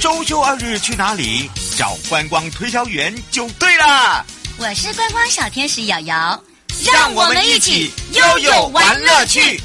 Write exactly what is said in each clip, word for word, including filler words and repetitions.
周休二日去哪里？找观光推销员就对了。 我是观光小天使瑶瑶， 让我们一起悠悠玩乐趣。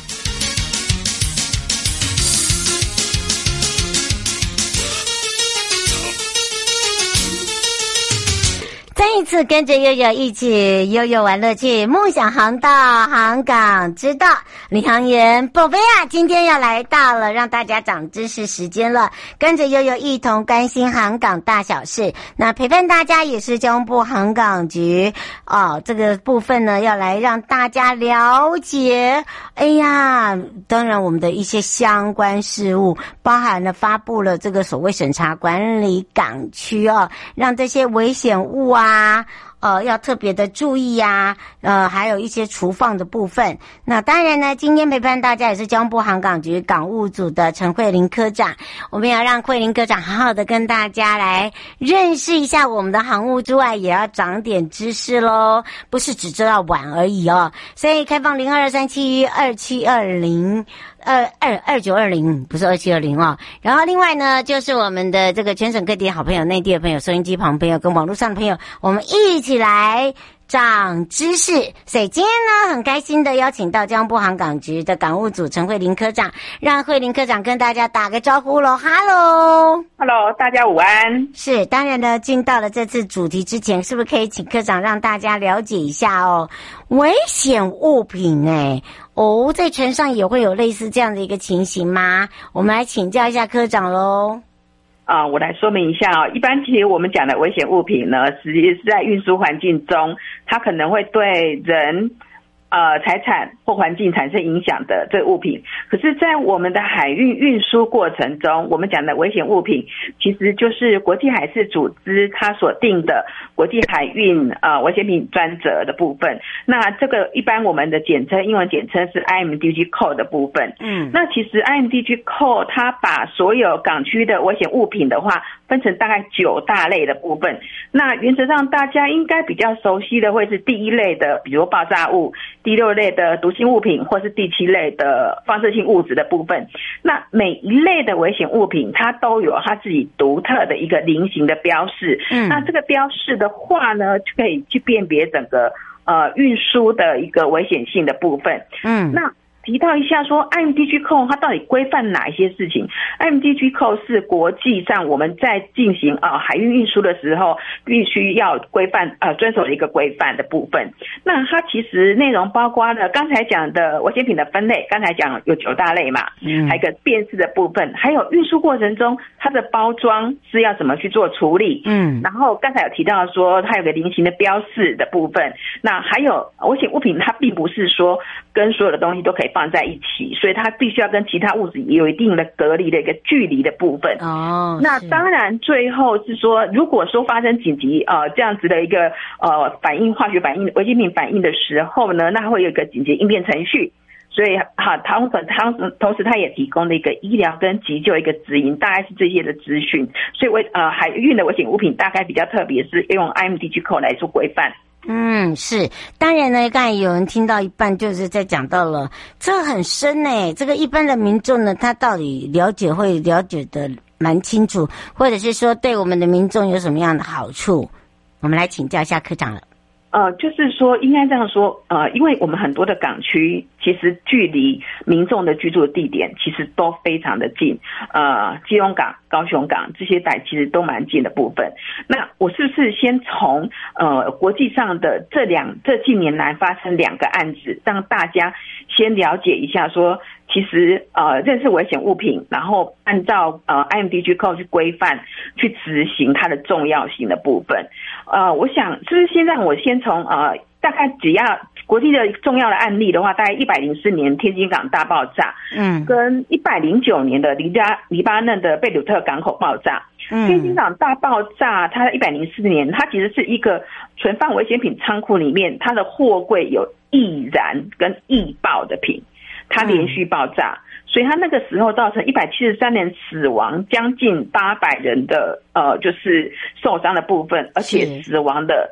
再一次跟着悠悠一起悠悠玩乐趣，梦想航道，航港之道。领航员宝贝啊，今天要来到了让大家长知识时间了，跟着悠悠一同关心航港大小事。那陪伴大家也是交通部航港局哦，这个部分呢要来让大家了解。哎呀，当然我们的一些相关事务，包含了发布了这个所谓审查管理港区哦，让这些危险物啊。啊，呃，要特别的注意呀、啊，呃，还有一些厨放的部分。那当然呢，今天陪伴大家也是交通部航港局港务组的陈慧玲科长，我们要让慧玲科长好好的跟大家来认识一下我们的航务之外，也要长点知识咯，不是只知道玩而已哦。所以开放零二三七二七二零。呃，二二九二零不是二七二零哦。然后另外呢，就是我们的这个全省各地的好朋友、内地的朋友、收音机旁朋友跟网络上的朋友，我们一起来长知识。所以今天呢，很开心的邀请到交通部航港局的港务组陈慧玲科长，让慧玲科长跟大家打个招呼喽。Hello，Hello， 大家午安。 是，当然呢，进到了这次主题之前，是不是可以请科长让大家了解一下哦？危险物品哎。哦，在船上也会有类似这样的一个情形吗？我们来请教一下科长喽。 啊、呃，我来说明一下啊、哦。一般其实我们讲的危险物品呢，实际是在运输环境中，它可能会对人、呃财产或环境产生影响的这个物品。可是，在我们的海运运输过程中，我们讲的危险物品，其实就是国际海事组织它所定的国际海运呃危险品专则的部分。那这个一般我们的简称，英文简称是 I M D G Code 的部分。嗯，那其实 I M D G Code 它把所有港区的危险物品的话，分成大概九大类的部分。那原则上大家应该比较熟悉的会是第一类的，比如爆炸物；第六类的毒性物品，或是第七类的放射性物质的部分。那每一类的危险物品，它都有它自己独特的一个菱形的标示。嗯，那这个标示的话呢，就可以去辨别整个呃运输的一个危险性的部分。嗯，那提到一下说 I M D G Code 它到底规范哪一些事情。 I M D G Code 是国际上我们在进行呃海运运输的时候必须要规范呃遵守的一个规范的部分。那它其实内容包括了刚才讲的危险品的分类，刚才讲有九大类嘛，嗯，还有一个辨识的部分，还有运输过程中它的包装是要怎么去做处理，嗯，然后刚才有提到说它有个菱形的标示的部分。那还有危险物品它并不是说跟所有的东西都可以放在一起，所以它必须要跟其他物质也有一定的隔离的一个距离的部分。哦，那当然最后是说，如果说发生紧急呃这样子的一个呃反应，化学反应、危险品反应的时候呢，那会有一个紧急应变程序。所以哈，同时同时它也提供了一个医疗跟急救一个指引，大概是这些的资讯。所以危呃海运的危险物品大概比较特别，是用 I M D G Code 来做规范。 嗯，是，当然呢，刚才有人听到一半，就是在讲到了，这很深诶，这个一般的民众呢，他到底了解会了解的蛮清楚，或者是说对我们的民众有什么样的好处？我们来请教一下科长了。 呃，就是说应该这样说，呃，因为我们很多的港区其实距离民众的居住的地点其实都非常的近，呃，基隆港、高雄港这些带其实都蛮近的部分。那我是不是先从呃国际上的这两这近年来发生两个案子，让大家先了解一下说，其实呃认识危险物品，然后按照呃 I M D G Code 去规范去执行它的重要性的部分。呃，我想是不是先让我先从呃大概只要国际的重要的案例的话，大概一百零四年天津港大爆炸，嗯，跟一百零九年的黎巴黎巴嫩的贝鲁特港口爆炸。嗯，天津港大爆炸，它一百零四年，它其实是一个存放危险品仓库里面，它的货柜有易燃跟易爆的品，它连续爆炸。嗯，所以他那个时候造成一百七十三人死亡，将近八百人的呃就是受伤的部分，而且死亡的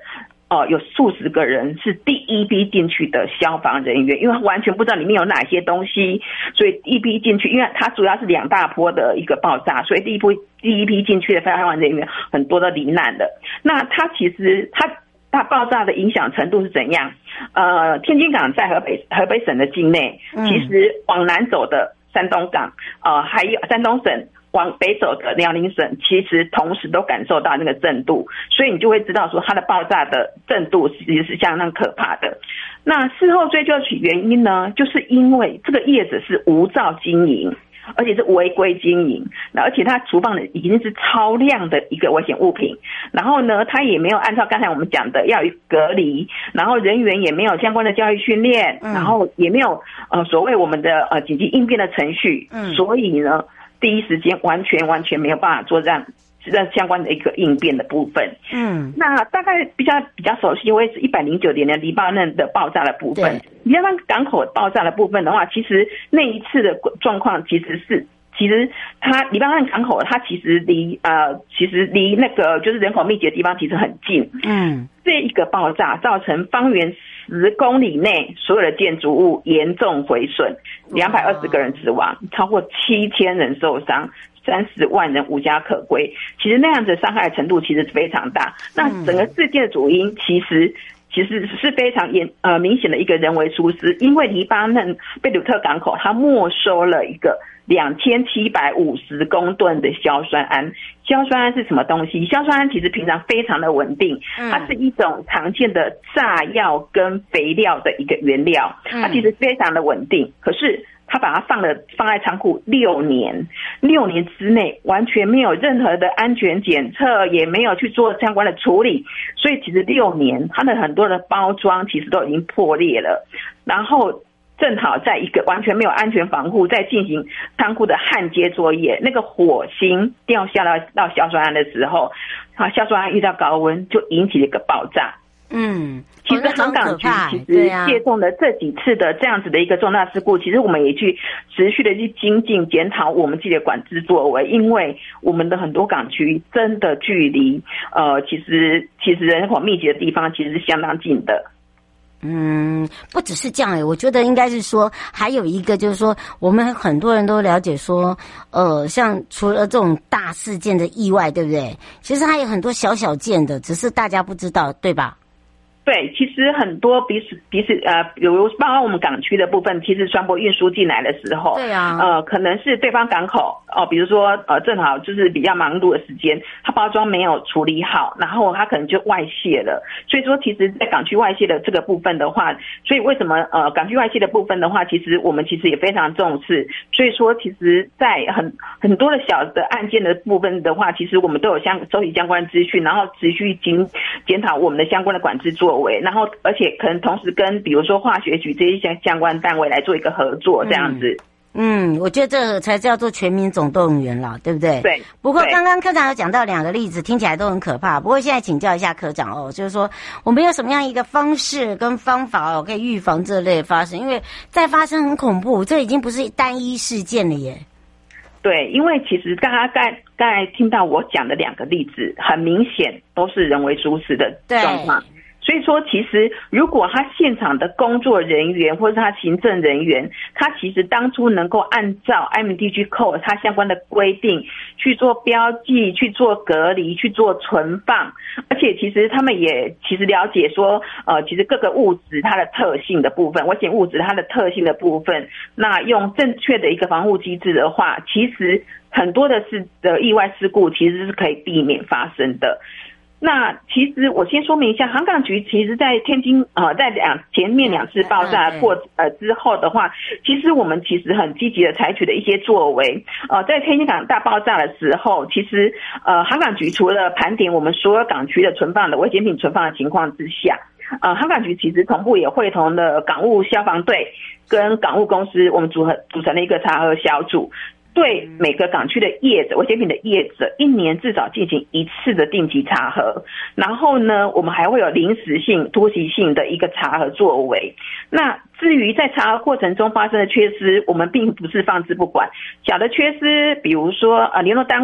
哦，有数十个人是第一批进去的消防人员，因为完全不知道里面有哪些东西，所以第一批进去，因为它主要是两大波的一个爆炸，所以第一波第一批进去的消防人员很多都罹难了。那它其实它它爆炸的影响程度是怎样？呃，天津港在河北河北省的境内，其实往南走的山东港，呃，还有山东省。往北走的辽宁省，其实同时都感受到那个震度，所以你就会知道说它的爆炸的震度其实是相当可怕的。那事后追究起原因呢，就是因为这个业者是无照经营，而且是违规经营，而且它储放的已经是超量的一个危险物品，然后呢，它也没有按照刚才我们讲的要有隔离，然后人员也没有相关的教育训练，然后也没有呃所谓我们的呃紧急应变的程序，嗯，所以呢。第一时间完全完全没有办法做这样这相关的一个应变的部分。嗯，那大概比较比较熟悉会是一百零九年的黎巴嫩的爆炸的部分。黎巴嫩港口爆炸的部分的话，其实那一次的状况其实是。其实它黎巴嫩港口，它其实离呃，其实离那个就是人口密集的地方其实很近。嗯，这一个爆炸造成方圆十公里内所有的建筑物严重毁损，两百二十个人死亡，超过七千人受伤，三十万人无家可归。其实那样子伤害程度其实非常大。那整个事件的主因其实。其实是非常严呃明显的一个人为疏失，因为黎巴嫩贝鲁特港口它没收了一个两千七百五十公吨的硝酸铵。硝酸铵是什么东西？硝酸铵其实平常非常的稳定，它是一种常见的炸药跟肥料的一个原料，它其实非常的稳定。可是他把它放了放在仓库六年，六年之内完全没有任何的安全检测，也没有去做相关的处理，所以其实六年它的很多的包装其实都已经破裂了，然后正好在一个完全没有安全防护，在进行仓库的焊接作业，那个火星掉下来到硝酸铵的时候，啊，硝酸铵遇到高温就引起了一个爆炸。嗯，其实航港局其实借重了这几次的这样子的一个重大事故，其实我们也去持续的去精进检讨我们自己的管制作为，因为我们的很多港区真的距离呃，其实其实人口密集的地方其实是相当近的。 嗯，不只是这样诶，我觉得应该是说，还有一个就是说，我们很多人都了解说，呃，像除了这种大事件的意外，对不对？其实还有很多小小件的，只是大家不知道，对吧？ 对，其实很多彼此彼此呃，比如包括我们港区的部分，其实船舶运输进来的时候，对啊，呃，可能是对方港口哦，比如说呃，正好就是比较忙碌的时间，它包装没有处理好，然后它可能就外泄了。所以说，其实，在港区外泄的这个部分的话，所以为什么呃，港区外泄的部分的话，其实我们其实也非常重视。所以说，其实，在很很多的小的案件的部分的话，其实我们都有相收集相关资讯，然后持续检检讨我们的相关的管制作为。然后，而且可能同时跟比如说化学局这一些相关单位来做一个合作，这样子。 嗯，我觉得这才叫做全民总动员啦，对不对？ 对。 不过刚刚科长有讲到两个例子，听起来都很可怕。不过现在请教一下科长哦，就是说我们有什么样一个方式跟方法哦，可以预防这类发生？因为再发生很恐怖，这已经不是单一事件了耶。 对，因为其实大家刚刚才听到我讲的两个例子，很明显都是人为疏失的状况。所以说，其实如果他现场的工作人员或者他行政人员，他其实当初能够按照 M D G Code 它相关的规定去做标记、去做隔离、去做存放，而且其实他们也其实了解说，呃，其实各个物质它的特性的部分，危险物质它的特性的部分，那用正确的一个防护机制的话，其实很多的事的意外事故其实是可以避免发生的。那其实我先说明一下，航港局其实在天津呃在两前面两次爆炸过呃之后的话，其实我们其实很积极的采取的一些作为。呃在天津港大爆炸的时候，其实呃航港局除了盘点我们所有港区的存放的危险品存放的情况之下，呃航港局其实同步也会同了港务消防队跟港务公司，我们组合组成了一个查核小组。对每个港区的业者、危险品的业者，一年至少进行一次的定期查核。然后呢，我们还会有临时性、突袭性的一个查核作为。那至于在查核过程中发生的缺失，我们并不是放置不管。小的缺失，比如说呃联络单位资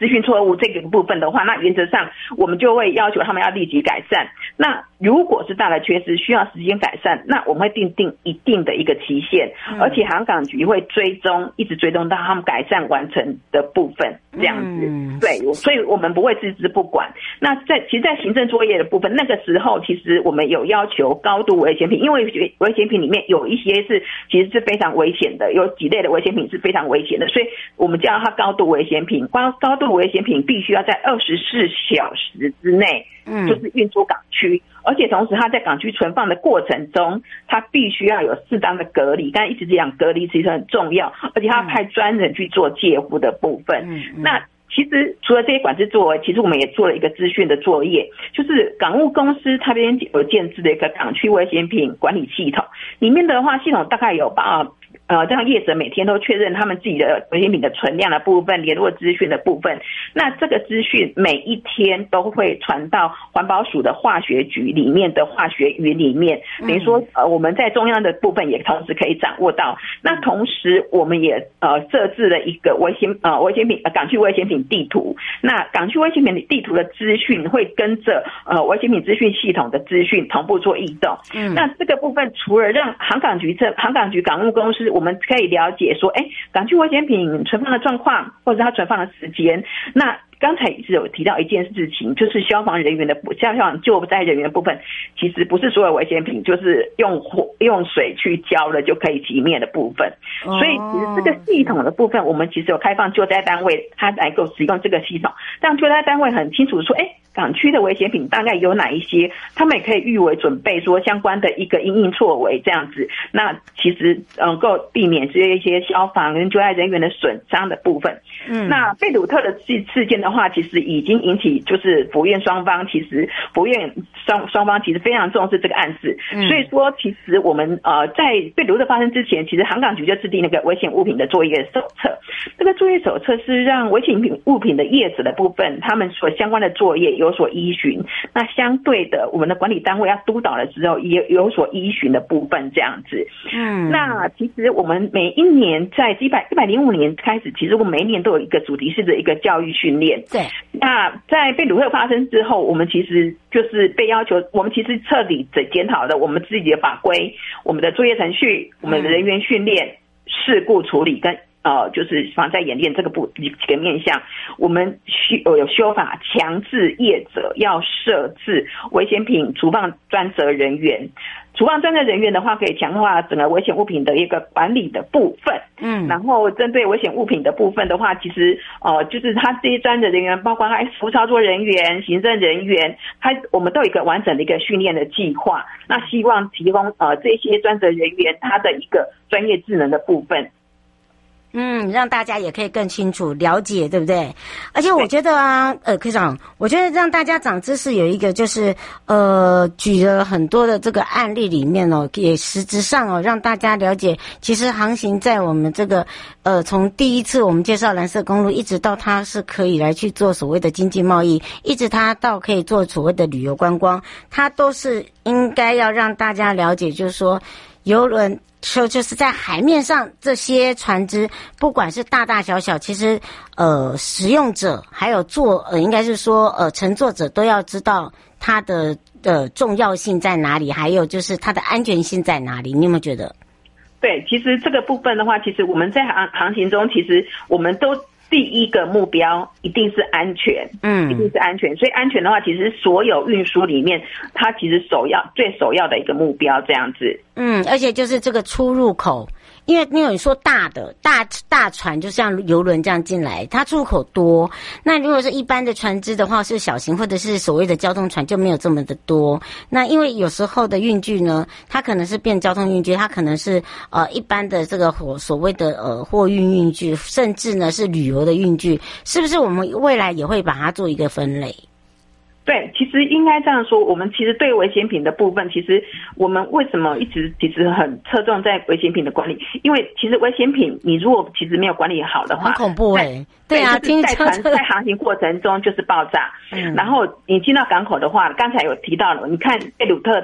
资讯错误这个部分的话，那原则上我们就会要求他们要立即改善。那如果是大的缺失需要时间改善，那我们会定定一定的一个期限，嗯、而且航港局会追踪，一直追踪到他们改善完成的部分，这样子。嗯、对，所以我们不会置之不管。那在其实，在行政作业的部分，那个时候其实我们有要求高度危险品，因为危险品里面有一些是其实是非常危险的，有几类的危险品是非常危险的，所以我们叫它高度危险品。高高度危险品必须要在二十四小时之内，嗯，就是运出港区。而且同时，它在港区存放的过程中，它必须要有适当的隔离。刚才一直讲隔离其实很重要，而且它派专人去做戒护的部分。嗯嗯、那其实除了这些管制作为，其实我们也做了一个资讯的作业，就是港务公司它这边有建制的一个港区危险品管理系统，里面的话系统大概有把呃，这样业者每天都确认他们自己的危险品的存量的部分、联络资讯的部分。那这个资讯每一天都会传到环保署的化学局里面的化学云里面，等于说呃我们在中央的部分也同时可以掌握到。那同时我们也呃设置了一个危险呃危险品呃港区危险品地图。那港区危险品地图的资讯会跟着呃危险品资讯系统的资讯同步做异动。嗯，那这个部分除了让航港局这航港局港务公司我们可以了解说，哎，港区危险品存放的状况，或者它存放的时间。那刚才一直有提到一件事情，就是消防人员的消防救灾人员的部分，其实不是所有危险品就是用火用水去浇了就可以熄灭的部分。哦、所以其实这个系统的部分，我们其实有开放救灾单位，它来够使用这个系统，让救灾单位很清楚说，哎，港区的危险品大概有哪一些，他们也可以预为准备说相关的一个因应错为这样子。那其实能够避免这一些消防跟救灾人员的损伤的部分。嗯，那贝鲁特的事事件的话，其实已经引起就是府院双方，其实府院双双方其实非常重视这个案子。嗯、所以说，其实我们呃在贝鲁特发生之前，其实航港局就制定那个危险物品的作业手册。这个作业手册是让危险品物品的业者的部分，他们所相关的作业有所依循。那相对的，我们的管理单位要督导的时候，也有所依循的部分这样子。嗯，那其实我们每一年在一百一百零五年开始，其实我们每一年都有一个主题式的一个教育训练。对。那在贝鲁特发生之后，我们其实就是被要求，我们其实彻底的检讨了我们自己的法规、我们的作业程序、我们的人员训练、事故处理跟呃，就是防灾演练这个部几个面向，我们修有修法强制业者要设置危险品储放专责人员。储放专责人员的话，可以强化整个危险物品的一个管理的部分。嗯，然后针对危险物品的部分的话，其实呃，就是他这些专责人员，包括他服务操作人员、行政人员，他我们都有一个完整的一个训练的计划。那希望提供呃这些专责人员他的一个专业智能的部分。 嗯，让大家也可以更清楚了解，对不对？而且我觉得啊，呃，科长，我觉得让大家长知识有一个就是，呃，举了很多的这个案例里面哦，也实质上哦，让大家了解，其实航行在我们这个，呃，从第一次我们介绍蓝色公路，一直到它是可以来去做所谓的经济贸易，一直它到可以做所谓的旅游观光，它都是应该要让大家了解，就是说，邮轮。说就是在海面上这些船只，不管是大大小小，其实呃使用者还有坐呃应该是说呃乘坐者都要知道它的呃重要性在哪里，还有就是它的安全性在哪里。你有没有觉得？ 对，其实这个部分的话，其实我们在航航行中，其实我们都。第一个目标一定是安全，嗯，一定是安全。所以安全的话，其实所有运输里面，它其实首要、最首要的一个目标这样子。 嗯，而且就是这个出入口，因为因为你说大的大大船就像邮轮这样进来，它出入口多。那如果是一般的船只的话，是小型或者是所谓的交通船就没有这么的多。那因为有时候的运具呢，它可能是变交通运具，它可能是呃一般的这个所谓的呃货运运具，甚至呢是旅游的运具，是不是我们未来也会把它做一个分类？ 对，其实应该这样说，我们其实对危险品的部分，其实我们为什么一直其实很侧重在危险品的管理？因为其实危险品你如果其实没有管理好的话， 很恐怖哎、欸。对啊， 就是在船在航行过程中就是爆炸。嗯，然后你进到港口的话，刚才有提到了，你看贝鲁特他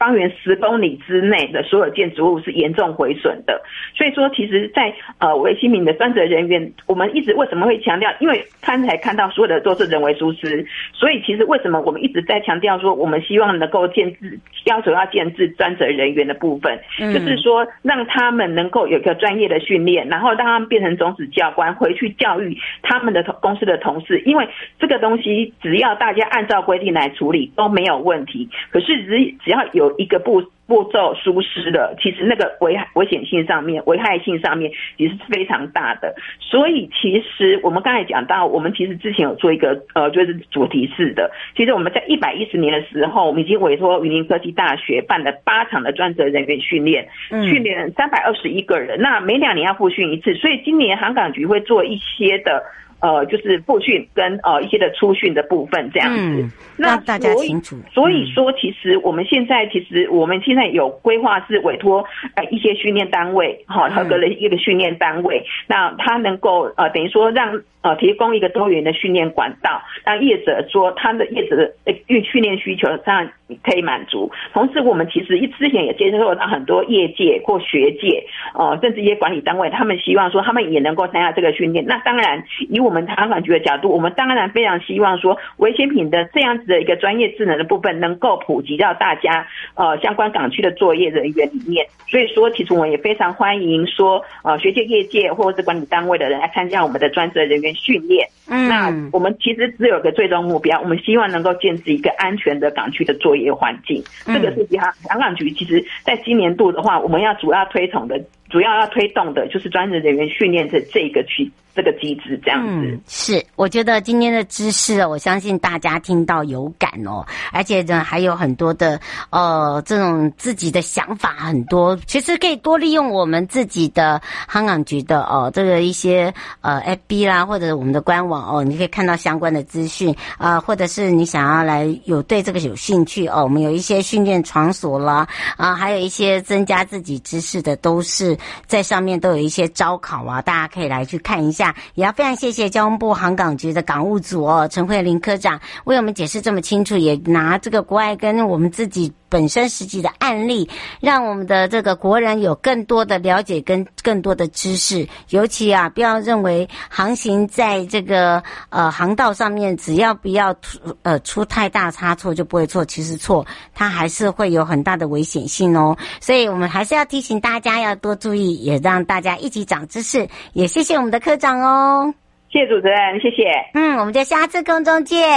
方圆十公里之内的所有建筑物是严重毁损的。所以说其实在呃微新民的专责人员，我们一直为什么会强调，因为刚才看到所有的都是人为疏失，所以其实为什么我们一直在强调说我们希望能够建制，要求要建制专责人员的部分，嗯、就是说让他们能够有一个专业的训练，然后让他们变成种子教官，回去教育他们的公司的同事，因为这个东西只要大家按照规定来处理都没有问题，可是只只要有一个步步骤疏失了，其实那个危危险性上面、危害性上面也是非常大的。所以其实我们刚才讲到，我们其实之前有做一个呃，就是主题式的。其实我们在一百一十年的时候，我们已经委托云林科技大学办了八场的专责人员训练，嗯、训练三百二十一个人。那每两年要复训一次，所以今年航港局会做一些的。呃，就是复训跟呃一些的初训的部分这样子，嗯、那大家清楚。 所以说，其实我们现在其实我们现在有规划是委托呃一些训练单位，哈、合格的一个训练单位，嗯、那他能够呃等于说让呃提供一个多元的训练管道，让业者说他的业者的呃训练需求上可以满足。同时，我们其实一之前也接受到很多业界或学界，呃甚至一些管理单位，他们希望说他们也能够参加这个训练。那当然，以我们航港局的角度，我们当然非常希望说微鲜品的这样子的一个专业智能的部分能够普及到大家呃相关港区的作业人员里面。所以说其实我们也非常欢迎说呃学界业界或者是管理单位的人来参加我们的专责人员训练。嗯，那我们其实只有一个最终目标，我们希望能够建设一个安全的港区的作业环境。嗯、这个是航航港局其实在今年度的话，我们要主要推崇的主要要推动的就是专职人员训练的这个区这个机制这样子。 嗯，是，我觉得今天的知识我相信大家听到有感哦，而且呢还有很多的呃这种自己的想法很多，其实可以多利用我们自己的航港局的哦这个一些呃 F B 啦，或者我们的官网哦，你可以看到相关的资讯啊、呃，或者是你想要来有对这个有兴趣哦，我们有一些训练场所啦啊、呃，还有一些增加自己知识的，都是在上面都有一些招考啊，大家可以来去看一下。也要非常谢谢交通部航港局的港务组哦，陈慧玲科长为我们解释这么清楚，也拿这个国外跟我们自己本身实际的案例，让我们的这个国人有更多的了解跟更多的知识。尤其啊，不要认为航行在这个呃航道上面，只要不要呃出太大差错就不会错，其实错它还是会有很大的危险性哦。所以我们还是要提醒大家要多注意，也让大家一起长知识。也谢谢我们的科长哦， 谢谢主持人，谢谢。 嗯，我们就下次空中见。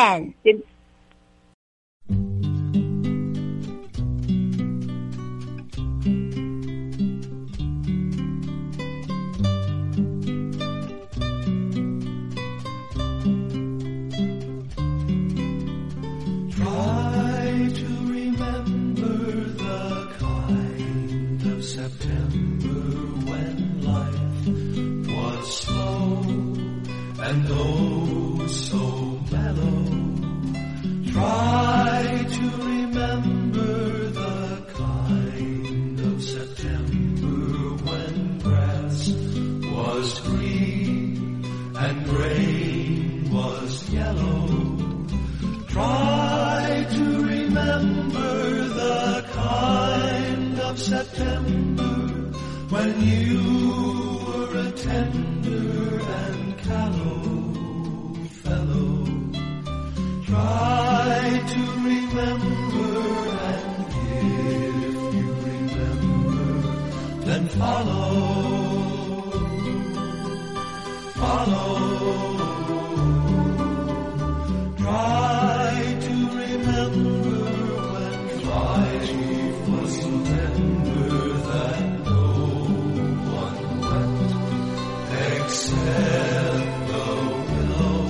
And oh, so mellow. Try to remember the kind of September when grass was green and grain was yellow. Try to remember the kind of September when you were a tender and callow fellow. Try to remember, and if you remember, then follow, follow. Try to remember when life was so tender that no one wept except the willow.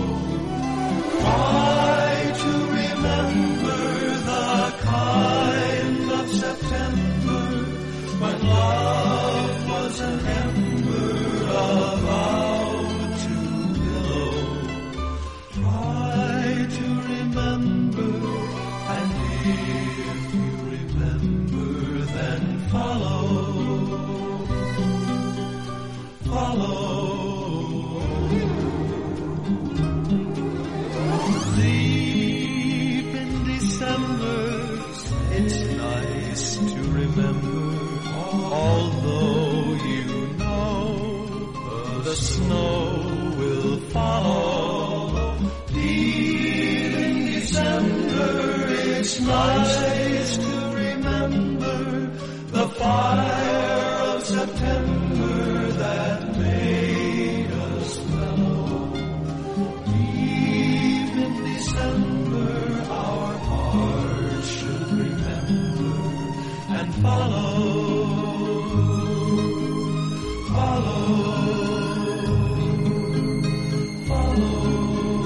Try to remember the kind of September when love was an ember about to billow. Try to remember, and if you remember, then follow, follow. Sleep in December, it's nice the snow will follow. Deep in December, it's nice to remember the fire of September that made us mellow. Deep in December, our hearts should remember and follow, follow, follow.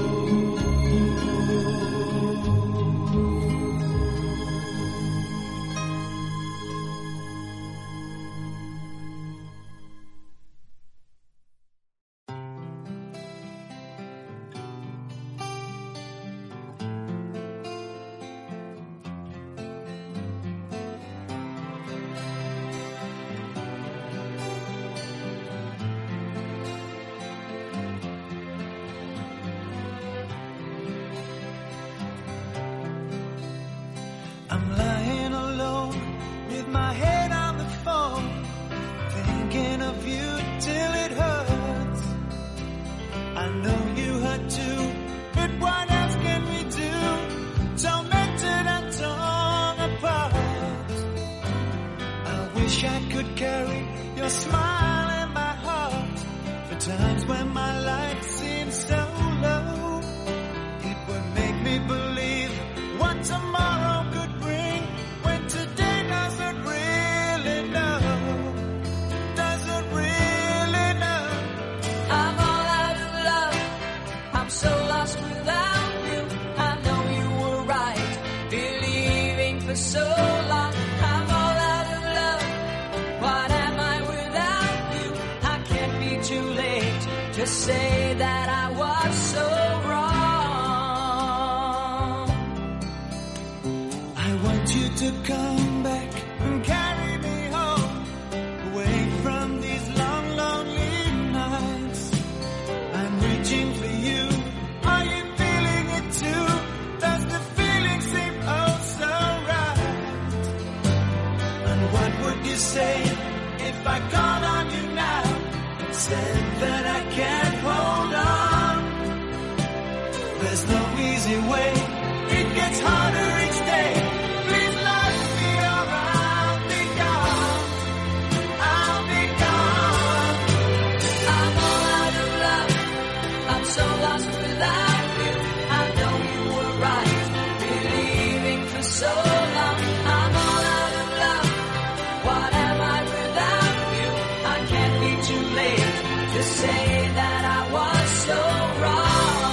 I'm lying alone with my head on the phone, thinking of you till it hurts. I know you hurt too, but what else can we do? Tormented and torn apart. I wish I could carry your smile in my heart for times when my life seems so low. It would make me believe what tomorrow could bring when today doesn't really know, doesn't really know. I'm all out of love, I'm so lost without you. I know you were right, believing for so long. I'm all out of love, what am I without you? I can't be too late to say that I was so wrong. I want you to come back and carry me home, away from these long, lonely nights. I'm reaching for you. Are you feeling it too? Does the feeling seem oh so right? And what would you say if I called on you now, said that I can't hold on? There's no easy way, it gets harder each day. Please let me or I'll be gone, I'll be gone. I'm all out of love, I'm so lost without you. I know you were right, believing for so long. I'm all out of love, what am I without you? I can't be too late to say that I was so wrong.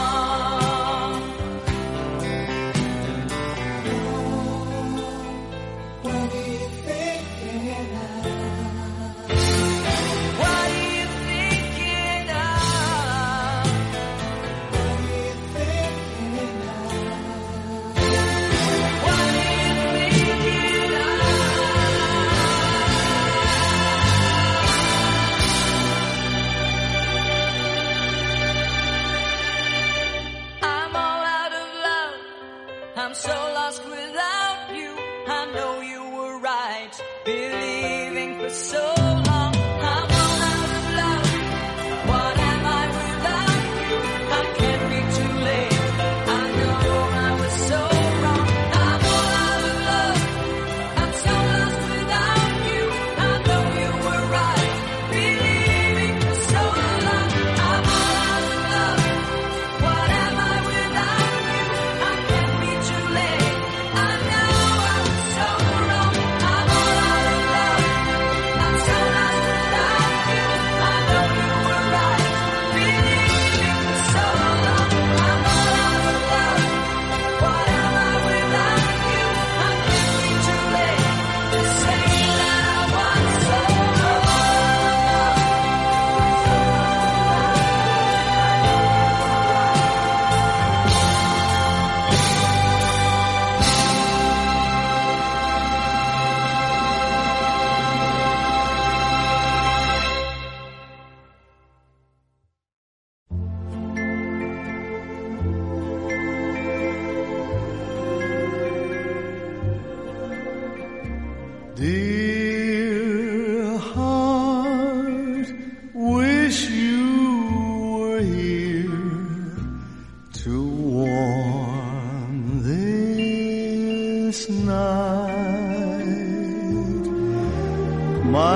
What are you thinking of? What are you thinking of? What are you thinking of? What are you thinking of? I'm all out of love, I'm so lost without you. I know you were right, believing for so long. I'm all out of love, what am I without you? I can't be too late, I know I was so wrong. I'm all out of love, I'm so lost without you. I know you were right, believing for so long. I'm all out of love, what am I without you? I can't be too late, I know I was so wrong. I'm all out of love, I'm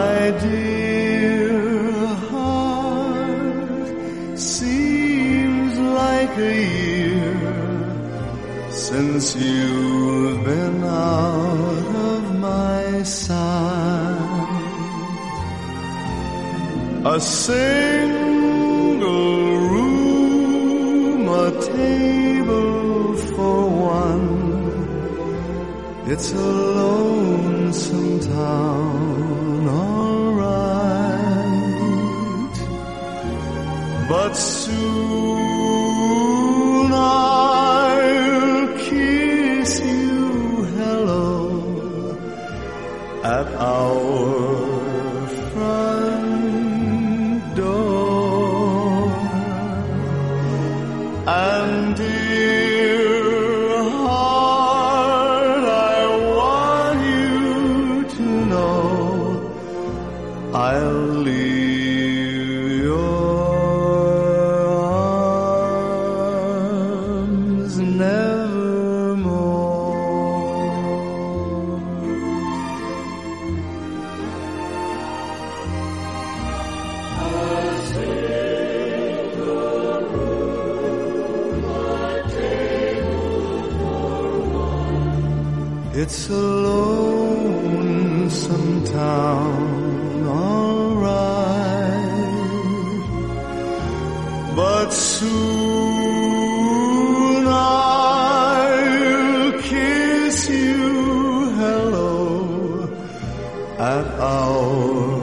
My dear heart, seems like a year since you've been out of my sight. A single room, a table for one. It's a lonesome town, all right. But soon I'll kiss you hello at our front door. And dear heart, I want you to know I'll leave your arms nevermore. It's a lonesome town, all right. But soon I'll kiss you hello at our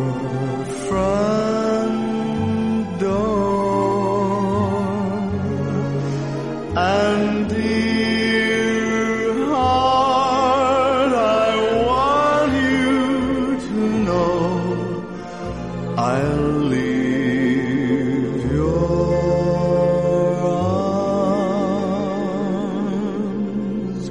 front door. And dear heart, I want you to know I'll leave your arms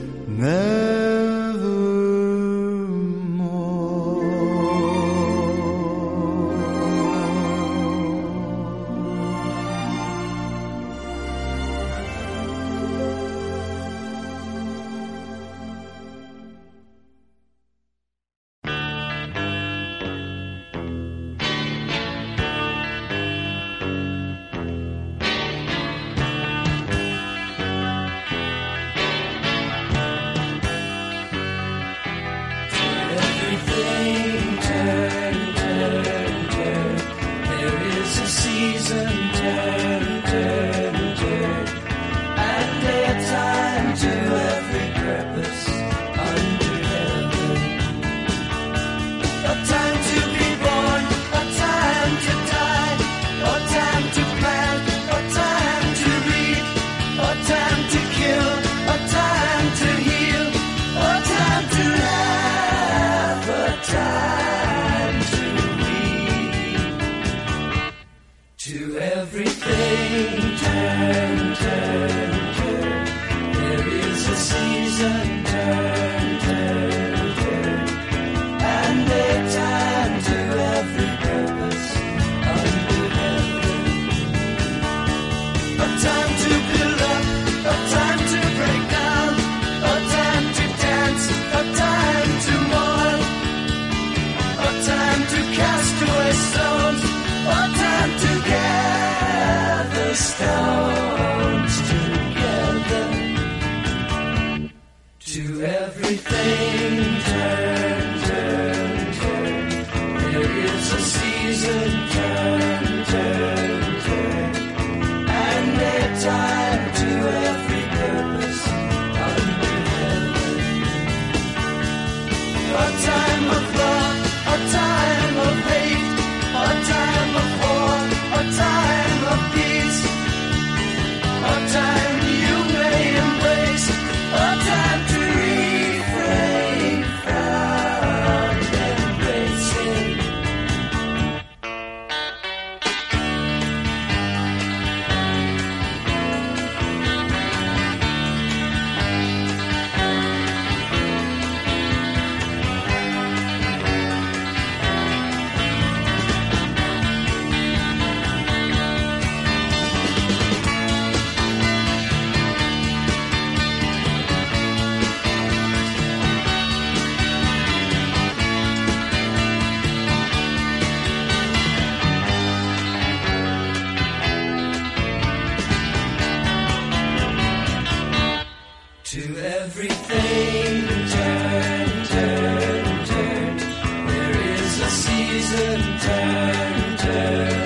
Everything turn, turn, turn. There is a season, turn, turn, turn. And a time to every purpose under heaven. A time to be born, a time to die, a time to plant, a time to reap, a time to kill, a time to heal, a time to laugh, a time to weep. To everything turn, turn, turn. There is a season, turn, turn, turn. And a time to every purpose under heaven. A time to build up, a time to break down, a time to dance, a time to mourn, a time to cast away stones, a time to gather stones together. To everything turn, turn, turn. There is a season, turn, turn, turn. And a time to every purpose under heaven. A time of love, a time of hate, a time of war, a time of peace, a time you may embrace, a time to refrain from embracing. season turn, turn.